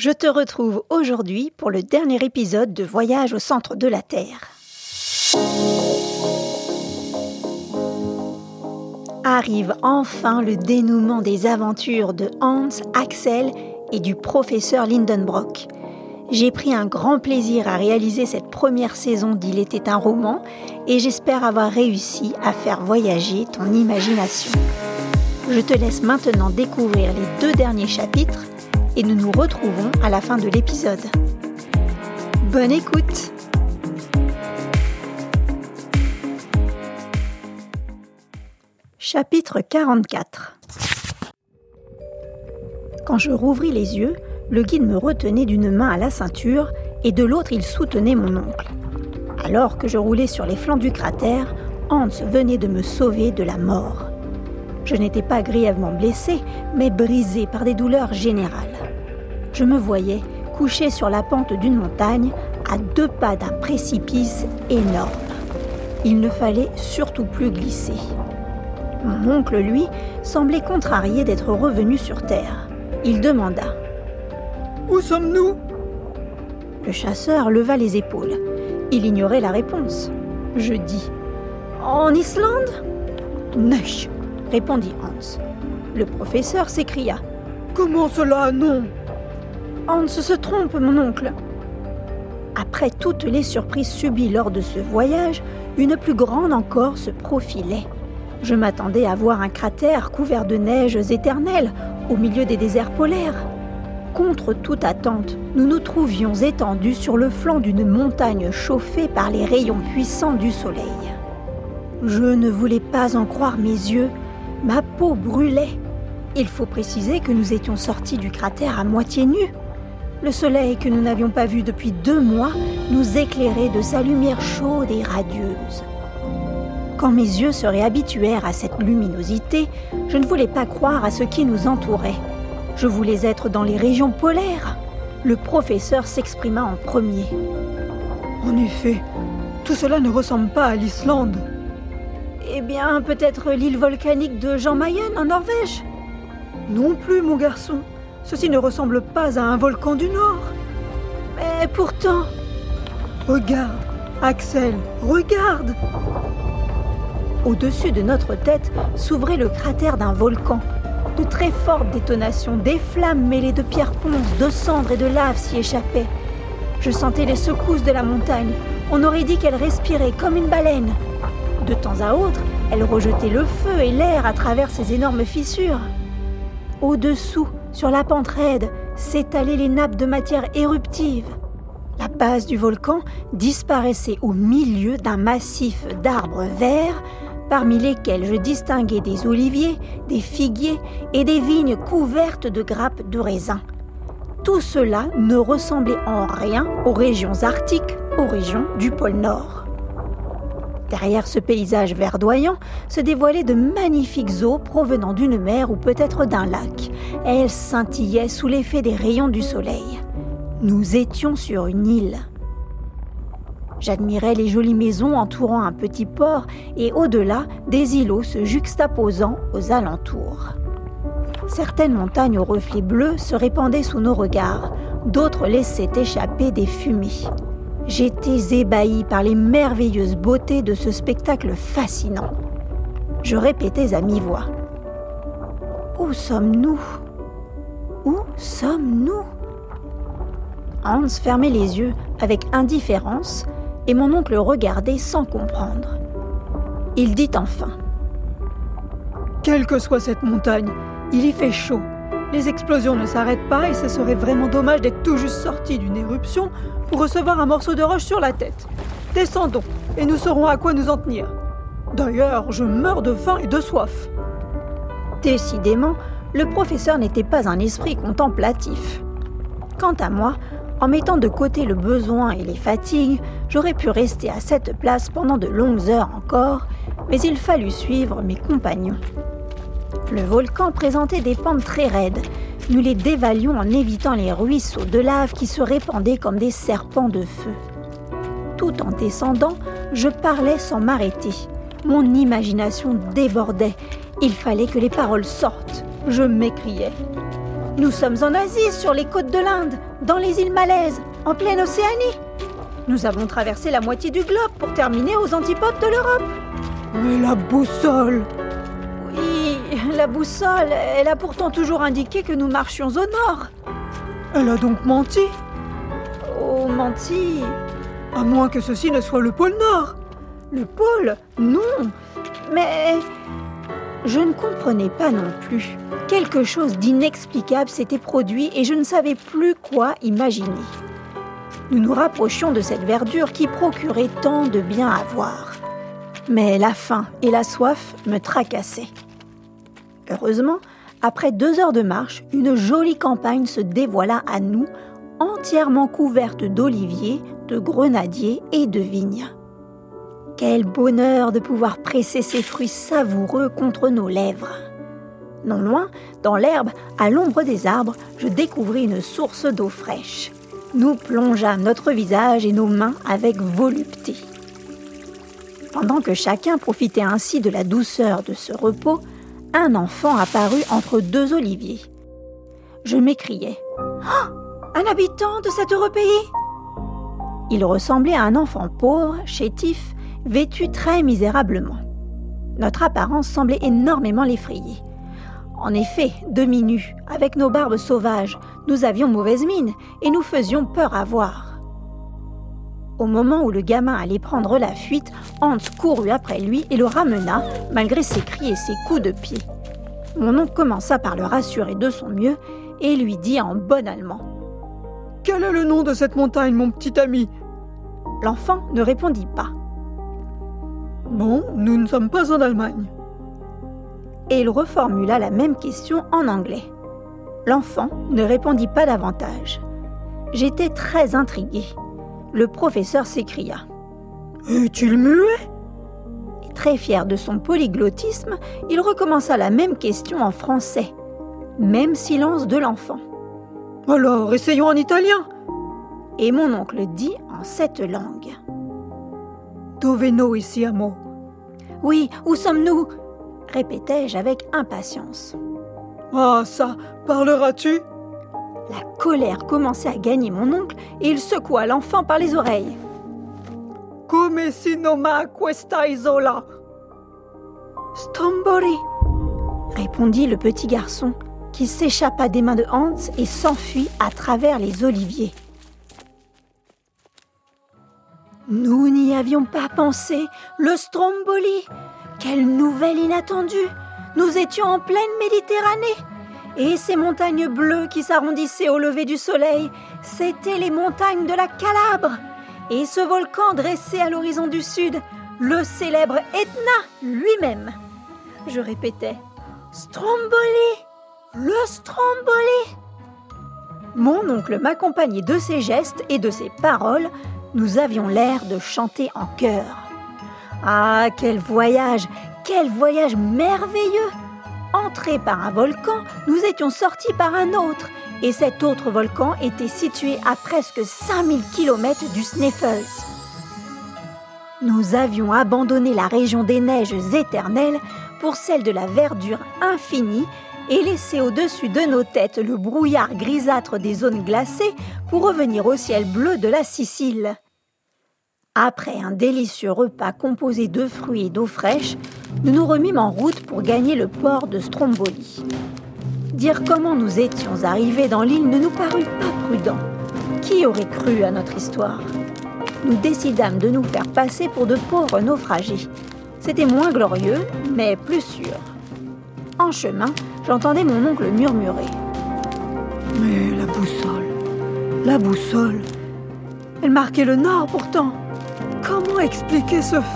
Je te retrouve aujourd'hui pour le dernier épisode de Voyage au centre de la Terre. Arrive enfin le dénouement des aventures de Hans, Axel et du professeur Lindenbrock. J'ai pris un grand plaisir à réaliser cette première saison d'Il était un roman et j'espère avoir réussi à faire voyager ton imagination. Je te laisse maintenant découvrir les 2 derniers chapitres et nous nous retrouvons à la fin de l'épisode. Bonne écoute! Chapitre 44. Quand je rouvris les yeux, le guide me retenait d'une main à la ceinture et de l'autre il soutenait mon oncle. Alors que je roulais sur les flancs du cratère, Hans venait de me sauver de la mort. Je n'étais pas grièvement blessé, mais brisé par des douleurs générales. Je me voyais couché sur la pente d'une montagne, à 2 pas d'un précipice énorme. Il ne fallait surtout plus glisser. Mon oncle, lui, semblait contrarié d'être revenu sur terre. Il demanda : « Où sommes-nous » Le chasseur leva les épaules. Il ignorait la réponse. Je dis : « En Islande ?»« Non !» répondit Hans. Le professeur s'écria : « Comment cela, non ?» Hans se trompe, mon oncle. Après toutes les surprises subies lors de ce voyage, une plus grande encore se profilait. Je m'attendais à voir un cratère couvert de neiges éternelles au milieu des déserts polaires. Contre toute attente, nous nous trouvions étendus sur le flanc d'une montagne chauffée par les rayons puissants du soleil. Je ne voulais pas en croire mes yeux. Ma peau brûlait. Il faut préciser que nous étions sortis du cratère à moitié nus. Le soleil que nous n'avions pas vu depuis 2 mois nous éclairait de sa lumière chaude et radieuse. Quand mes yeux se réhabituèrent à cette luminosité, je ne voulais pas croire à ce qui nous entourait. Je voulais être dans les régions polaires. Le professeur s'exprima en premier. En effet, tout cela ne ressemble pas à l'Islande. Eh bien, peut-être l'île volcanique de Jan Mayen en Norvège ? Non plus, mon garçon. Ceci ne ressemble pas à un volcan du Nord. Mais pourtant... Regarde, Axel, regarde ! Au-dessus de notre tête s'ouvrait le cratère d'un volcan. De très fortes détonations, des flammes mêlées de pierres ponces, de cendres et de lave s'y échappaient. Je sentais les secousses de la montagne. On aurait dit qu'elle respirait comme une baleine. De temps à autre, elle rejetait le feu et l'air à travers ces énormes fissures. Au-dessous, sur la pente raide, s'étalaient les nappes de matière éruptive. La base du volcan disparaissait au milieu d'un massif d'arbres verts, parmi lesquels je distinguais des oliviers, des figuiers et des vignes couvertes de grappes de raisin. Tout cela ne ressemblait en rien aux régions arctiques, aux régions du pôle Nord. Derrière ce paysage verdoyant se dévoilaient de magnifiques eaux provenant d'une mer ou peut-être d'un lac. Elles scintillaient sous l'effet des rayons du soleil. Nous étions sur une île. J'admirais les jolies maisons entourant un petit port et au-delà, des îlots se juxtaposant aux alentours. Certaines montagnes aux reflets bleus se répandaient sous nos regards, d'autres laissaient échapper des fumées. J'étais ébahi par les merveilleuses beautés de ce spectacle fascinant. Je répétais à mi-voix : « Où sommes-nous ? Où sommes-nous » Hans fermait les yeux avec indifférence et mon oncle regardait sans comprendre. Il dit enfin : « Quelle que soit cette montagne, il y fait chaud. Les explosions ne s'arrêtent pas et ce serait vraiment dommage d'être tout juste sorti d'une éruption pour recevoir un morceau de roche sur la tête. Descendons et nous saurons à quoi nous en tenir. D'ailleurs, je meurs de faim et de soif. » Décidément, le professeur n'était pas un esprit contemplatif. Quant à moi, en mettant de côté le besoin et les fatigues, j'aurais pu rester à cette place pendant de longues heures encore, mais il fallut suivre mes compagnons. Le volcan présentait des pentes très raides. Nous les dévalions en évitant les ruisseaux de lave qui se répandaient comme des serpents de feu. Tout en descendant, je parlais sans m'arrêter. Mon imagination débordait. Il fallait que les paroles sortent. Je m'écriais : Nous sommes en Asie, sur les côtes de l'Inde, dans les îles Malaises, en pleine Océanie. Nous avons traversé la moitié du globe pour terminer aux antipodes de l'Europe. Mais la boussole! Oui, la boussole, elle a pourtant toujours indiqué que nous marchions au nord. Elle a donc menti? Oh, menti! À moins que ceci ne soit le pôle Nord. Le pôle? Non. Mais je ne comprenais pas non plus. Quelque chose d'inexplicable s'était produit et je ne savais plus quoi imaginer. Nous nous rapprochions de cette verdure qui procurait tant de bien à voir. Mais la faim et la soif me tracassaient. Heureusement, après 2 heures de marche, une jolie campagne se dévoila à nous, entièrement couverte d'oliviers, de grenadiers et de vignes. Quel bonheur de pouvoir presser ces fruits savoureux contre nos lèvres. Non loin, dans l'herbe, à l'ombre des arbres, je découvris une source d'eau fraîche. Nous plongeâmes notre visage et nos mains avec volupté. Pendant que chacun profitait ainsi de la douceur de ce repos, un enfant apparut entre 2 oliviers. Je m'écriai « Oh, un habitant de cet heureux pays !» Il ressemblait à un enfant pauvre, chétif, vêtu très misérablement. Notre apparence semblait énormément l'effrayer. En effet, demi-nus, avec nos barbes sauvages, nous avions mauvaise mine et nous faisions peur à voir. Au moment où le gamin allait prendre la fuite, Hans courut après lui et le ramena, malgré ses cris et ses coups de pied. Mon oncle commença par le rassurer de son mieux et lui dit en bon allemand « Quel est le nom de cette montagne, mon petit ami ?» L'enfant ne répondit pas. « Bon, nous ne sommes pas en Allemagne. » Et il reformula la même question en anglais. L'enfant ne répondit pas davantage. J'étais très intriguée. Le professeur s'écria « Est-il muet ?» Et très fier de son polyglottisme, il recommença la même question en français. Même silence de l'enfant. « Alors, essayons en italien !» Et mon oncle dit en cette langue. « Dove noi siamo ?» ?»« Oui, où sommes-nous ?» répétai-je avec impatience. « Ah ça, parleras-tu ?» La colère commençait à gagner mon oncle et il secoua l'enfant par les oreilles. « Come si noma questa isola ?»« Stromboli !» répondit le petit garçon, qui s'échappa des mains de Hans et s'enfuit à travers les oliviers. Nous n'y avions pas pensé, le Stromboli! Quelle nouvelle inattendue! Nous étions en pleine Méditerranée! Et ces montagnes bleues qui s'arrondissaient au lever du soleil, c'étaient les montagnes de la Calabre! Et ce volcan dressé à l'horizon du sud, le célèbre Etna lui-même! Je répétais, Stromboli! Le Stromboli! Mon oncle m'accompagnait de ses gestes et de ses paroles. Nous avions l'air de chanter en chœur. Ah, quel voyage merveilleux! Entrés par un volcan, nous étions sortis par un autre, et cet autre volcan était situé à presque 5000 km du Sneffels. Nous avions abandonné la région des neiges éternelles pour celle de la verdure infinie et laissé au-dessus de nos têtes le brouillard grisâtre des zones glacées pour revenir au ciel bleu de la Sicile. Après un délicieux repas composé de fruits et d'eau fraîche, nous nous remîmes en route pour gagner le port de Stromboli. Dire comment nous étions arrivés dans l'île ne nous parut pas prudent. Qui aurait cru à notre histoire ? Nous décidâmes de nous faire passer pour de pauvres naufragés. C'était moins glorieux, mais plus sûr. En chemin, j'entendais mon oncle murmurer. « Mais la boussole, elle marquait le nord pourtant. Comment expliquer ce fait ? »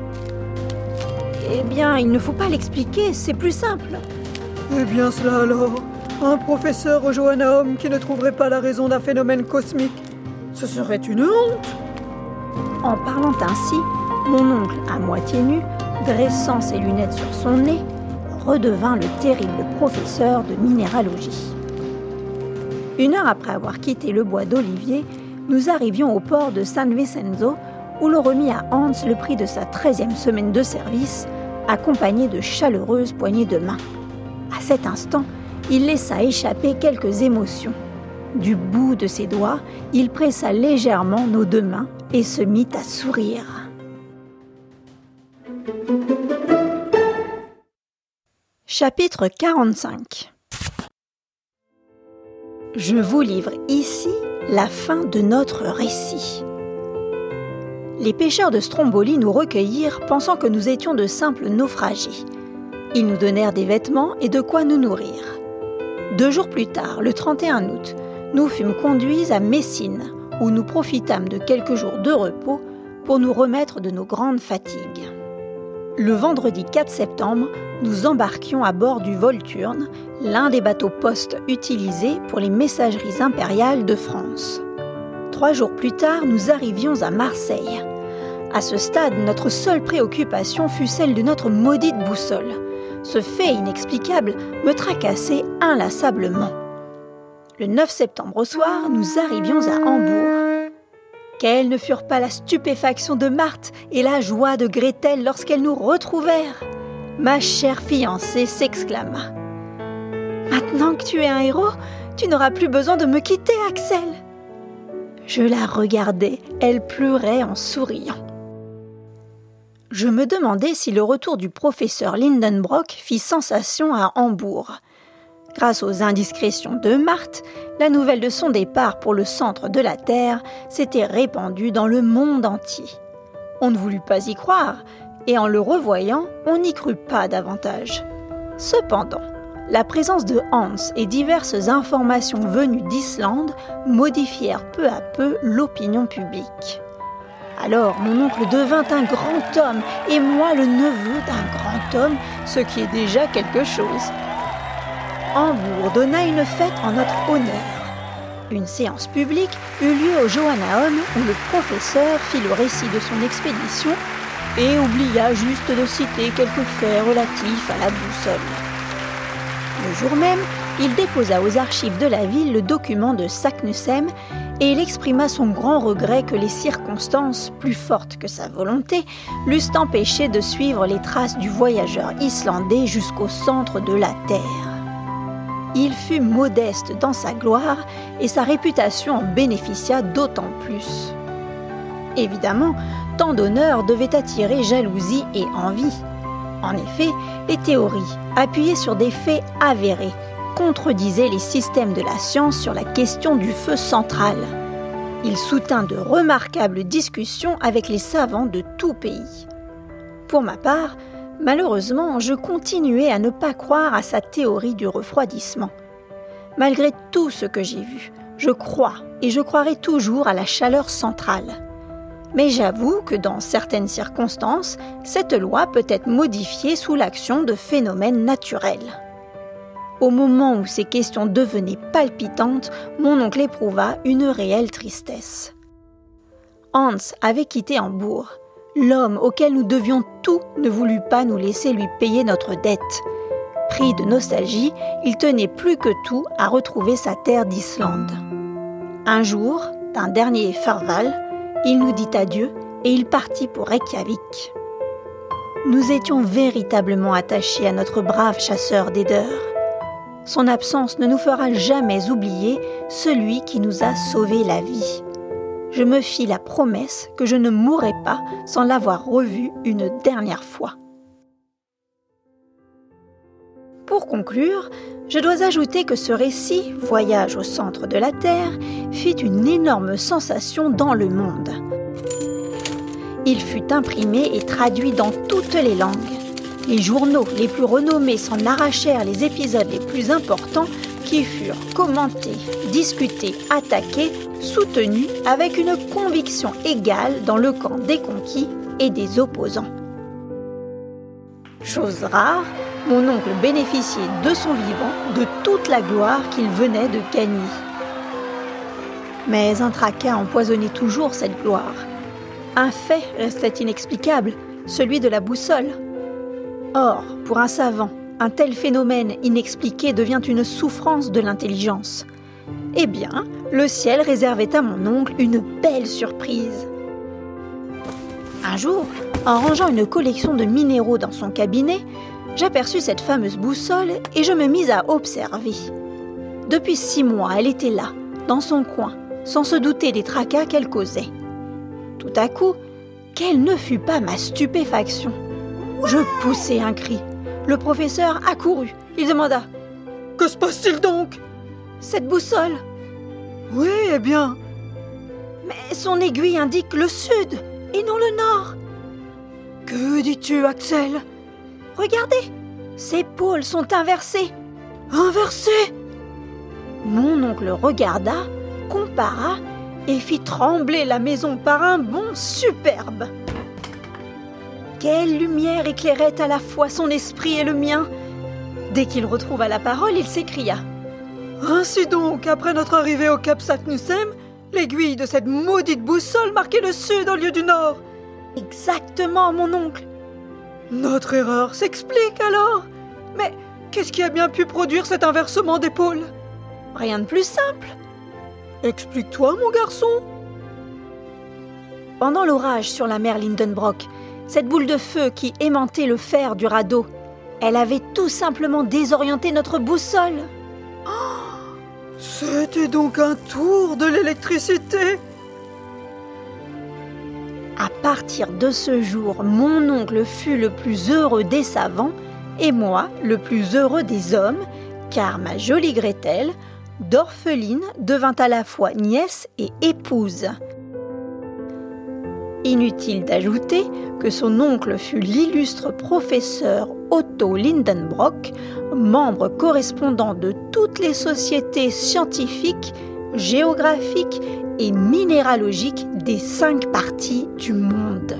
Eh bien, il ne faut pas l'expliquer, c'est plus simple. Eh bien cela alors, un professeur au Johannaeum qui ne trouverait pas la raison d'un phénomène cosmique, ce serait une honte. En parlant ainsi, mon oncle, à moitié nu, dressant ses lunettes sur son nez, redevint le terrible professeur de minéralogie. 1 heure après avoir quitté le bois d'Olivier, nous arrivions au port de San Vincenzo, où l'on remit à Hans le prix de sa 13e semaine de service, accompagné de chaleureuses poignées de main. À cet instant, il laissa échapper quelques émotions. Du bout de ses doigts, il pressa légèrement nos deux mains et se mit à sourire. Chapitre 45. Je vous livre ici la fin de notre récit. Les pêcheurs de Stromboli nous recueillirent pensant que nous étions de simples naufragés. Ils nous donnèrent des vêtements et de quoi nous nourrir. 2 jours plus tard, le 31 août, nous fûmes conduits à Messine, où nous profitâmes de quelques jours de repos pour nous remettre de nos grandes fatigues. Le vendredi 4 septembre, nous embarquions à bord du Volturne, l'un des bateaux poste utilisés pour les messageries impériales de France. 3 jours plus tard, nous arrivions à Marseille. À ce stade, notre seule préoccupation fut celle de notre maudite boussole. Ce fait inexplicable me tracassait inlassablement. Le 9 septembre au soir, nous arrivions à Hambourg. Quelles ne furent pas la stupéfaction de Marthe et la joie de Gretel lorsqu'elles nous retrouvèrent. Ma chère fiancée s'exclama. « Maintenant que tu es un héros, tu n'auras plus besoin de me quitter, Axel !» Je la regardais, elle pleurait en souriant. Je me demandais si le retour du professeur Lindenbrock fit sensation à Hambourg. Grâce aux indiscrétions de Marthe, la nouvelle de son départ pour le centre de la Terre s'était répandue dans le monde entier. On ne voulut pas y croire, et en le revoyant, on n'y crut pas davantage. Cependant, la présence de Hans et diverses informations venues d'Islande modifièrent peu à peu l'opinion publique. Alors mon oncle devint un grand homme, et moi le neveu d'un grand homme, ce qui est déjà quelque chose. Hambourg donna une fête en notre honneur. Une séance publique eut lieu au Johannaeum où le professeur fit le récit de son expédition et oublia juste de citer quelques faits relatifs à la boussole. Le jour même, il déposa aux archives de la ville le document de Saknussemm et il exprima son grand regret que les circonstances, plus fortes que sa volonté, l'eussent empêché de suivre les traces du voyageur islandais jusqu'au centre de la Terre. Il fut modeste dans sa gloire et sa réputation en bénéficia d'autant plus. Évidemment, tant d'honneur devait attirer jalousie et envie. En effet, les théories, appuyées sur des faits avérés, contredisaient les systèmes de la science sur la question du feu central. Il soutint de remarquables discussions avec les savants de tout pays. Pour ma part, malheureusement, je continuais à ne pas croire à sa théorie du refroidissement. Malgré tout ce que j'ai vu, je crois et je croirai toujours à la chaleur centrale. Mais j'avoue que dans certaines circonstances, cette loi peut être modifiée sous l'action de phénomènes naturels. Au moment où ces questions devenaient palpitantes, mon oncle éprouva une réelle tristesse. Hans avait quitté Hambourg. L'homme auquel nous devions tout ne voulut pas nous laisser lui payer notre dette. Pris de nostalgie, il tenait plus que tout à retrouver sa terre d'Islande. Un jour, d'un dernier farval, il nous dit adieu et il partit pour Reykjavik. Nous étions véritablement attachés à notre brave chasseur d'Eider. Son absence ne nous fera jamais oublier celui qui nous a sauvé la vie. Je me fis la promesse que je ne mourrais pas sans l'avoir revu une dernière fois. Pour conclure, je dois ajouter que ce récit, Voyage au centre de la Terre, fit une énorme sensation dans le monde. Il fut imprimé et traduit dans toutes les langues. Les journaux les plus renommés s'en arrachèrent les épisodes les plus importants qui furent commentés, discutés, attaqués, soutenus avec une conviction égale dans le camp des conquis et des opposants. Chose rare, mon oncle bénéficiait de son vivant de toute la gloire qu'il venait de gagner. Mais un tracas empoisonnait toujours cette gloire. Un fait restait inexplicable, celui de la boussole. Or, pour un savant, un tel phénomène inexpliqué devient une souffrance de l'intelligence. Eh bien, le ciel réservait à mon oncle une belle surprise. Un jour, en rangeant une collection de minéraux dans son cabinet, J'aperçus cette fameuse boussole et je me mis à observer. Depuis 6 mois, elle était là, dans son coin, sans se douter des tracas qu'elle causait. Tout à coup, quelle ne fut pas ma stupéfaction. Je poussai un cri. Le professeur accourut. Il demanda « Que se passe-t-il donc ?»« Cette boussole. »« Oui, eh bien. »« Mais son aiguille indique le sud et non le nord. »« Que dis-tu, Axel ?»« Regardez, ses pôles sont inversés. »« Inversés ?» Mon oncle regarda, compara et fit trembler la maison par un bond superbe. Quelle lumière éclairait à la fois son esprit et le mien. Dès qu'il retrouva la parole, il s'écria « Ainsi donc, après notre arrivée au Cap Saknussemm, l'aiguille de cette maudite boussole marquait le sud au lieu du nord. » « Exactement, mon oncle. »« Notre erreur s'explique alors. Mais qu'est-ce qui a bien pu produire cet inversement des pôles ?»« Rien de plus simple. »« Explique-toi, mon garçon. » Pendant l'orage sur la mer Lindenbrock, cette boule de feu qui aimantait le fer du radeau, elle avait tout simplement désorienté notre boussole. Oh, c'était donc un tour de l'électricité. À partir de ce jour, mon oncle fut le plus heureux des savants et moi le plus heureux des hommes, car ma jolie Gretel, d'orpheline, devint à la fois nièce et épouse. Inutile d'ajouter que son oncle fut l'illustre professeur Otto Lindenbrock, membre correspondant de toutes les sociétés scientifiques, géographiques et minéralogiques des 5 parties du monde.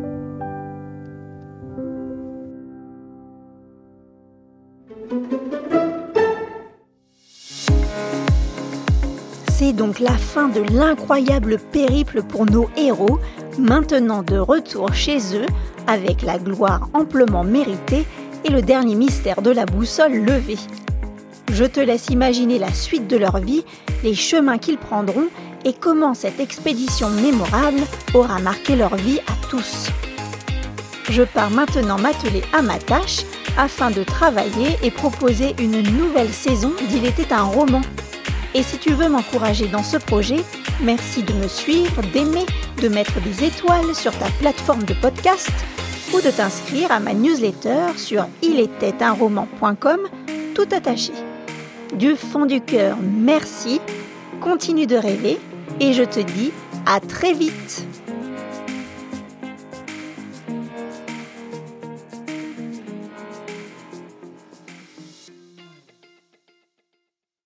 C'est donc la fin de l'incroyable périple pour nos héros, maintenant de retour chez eux, avec la gloire amplement méritée et le dernier mystère de la boussole levé. Je te laisse imaginer la suite de leur vie, les chemins qu'ils prendront et comment cette expédition mémorable aura marqué leur vie à tous. Je pars maintenant m'atteler à ma tâche afin de travailler et proposer une nouvelle saison d'Il était un roman. Et si tu veux m'encourager dans ce projet, merci de me suivre, d'aimer, de mettre des étoiles sur ta plateforme de podcast ou de t'inscrire à ma newsletter sur iletaitenroman.com, tout attaché. Du fond du cœur, merci, continue de rêver et je te dis à très vite.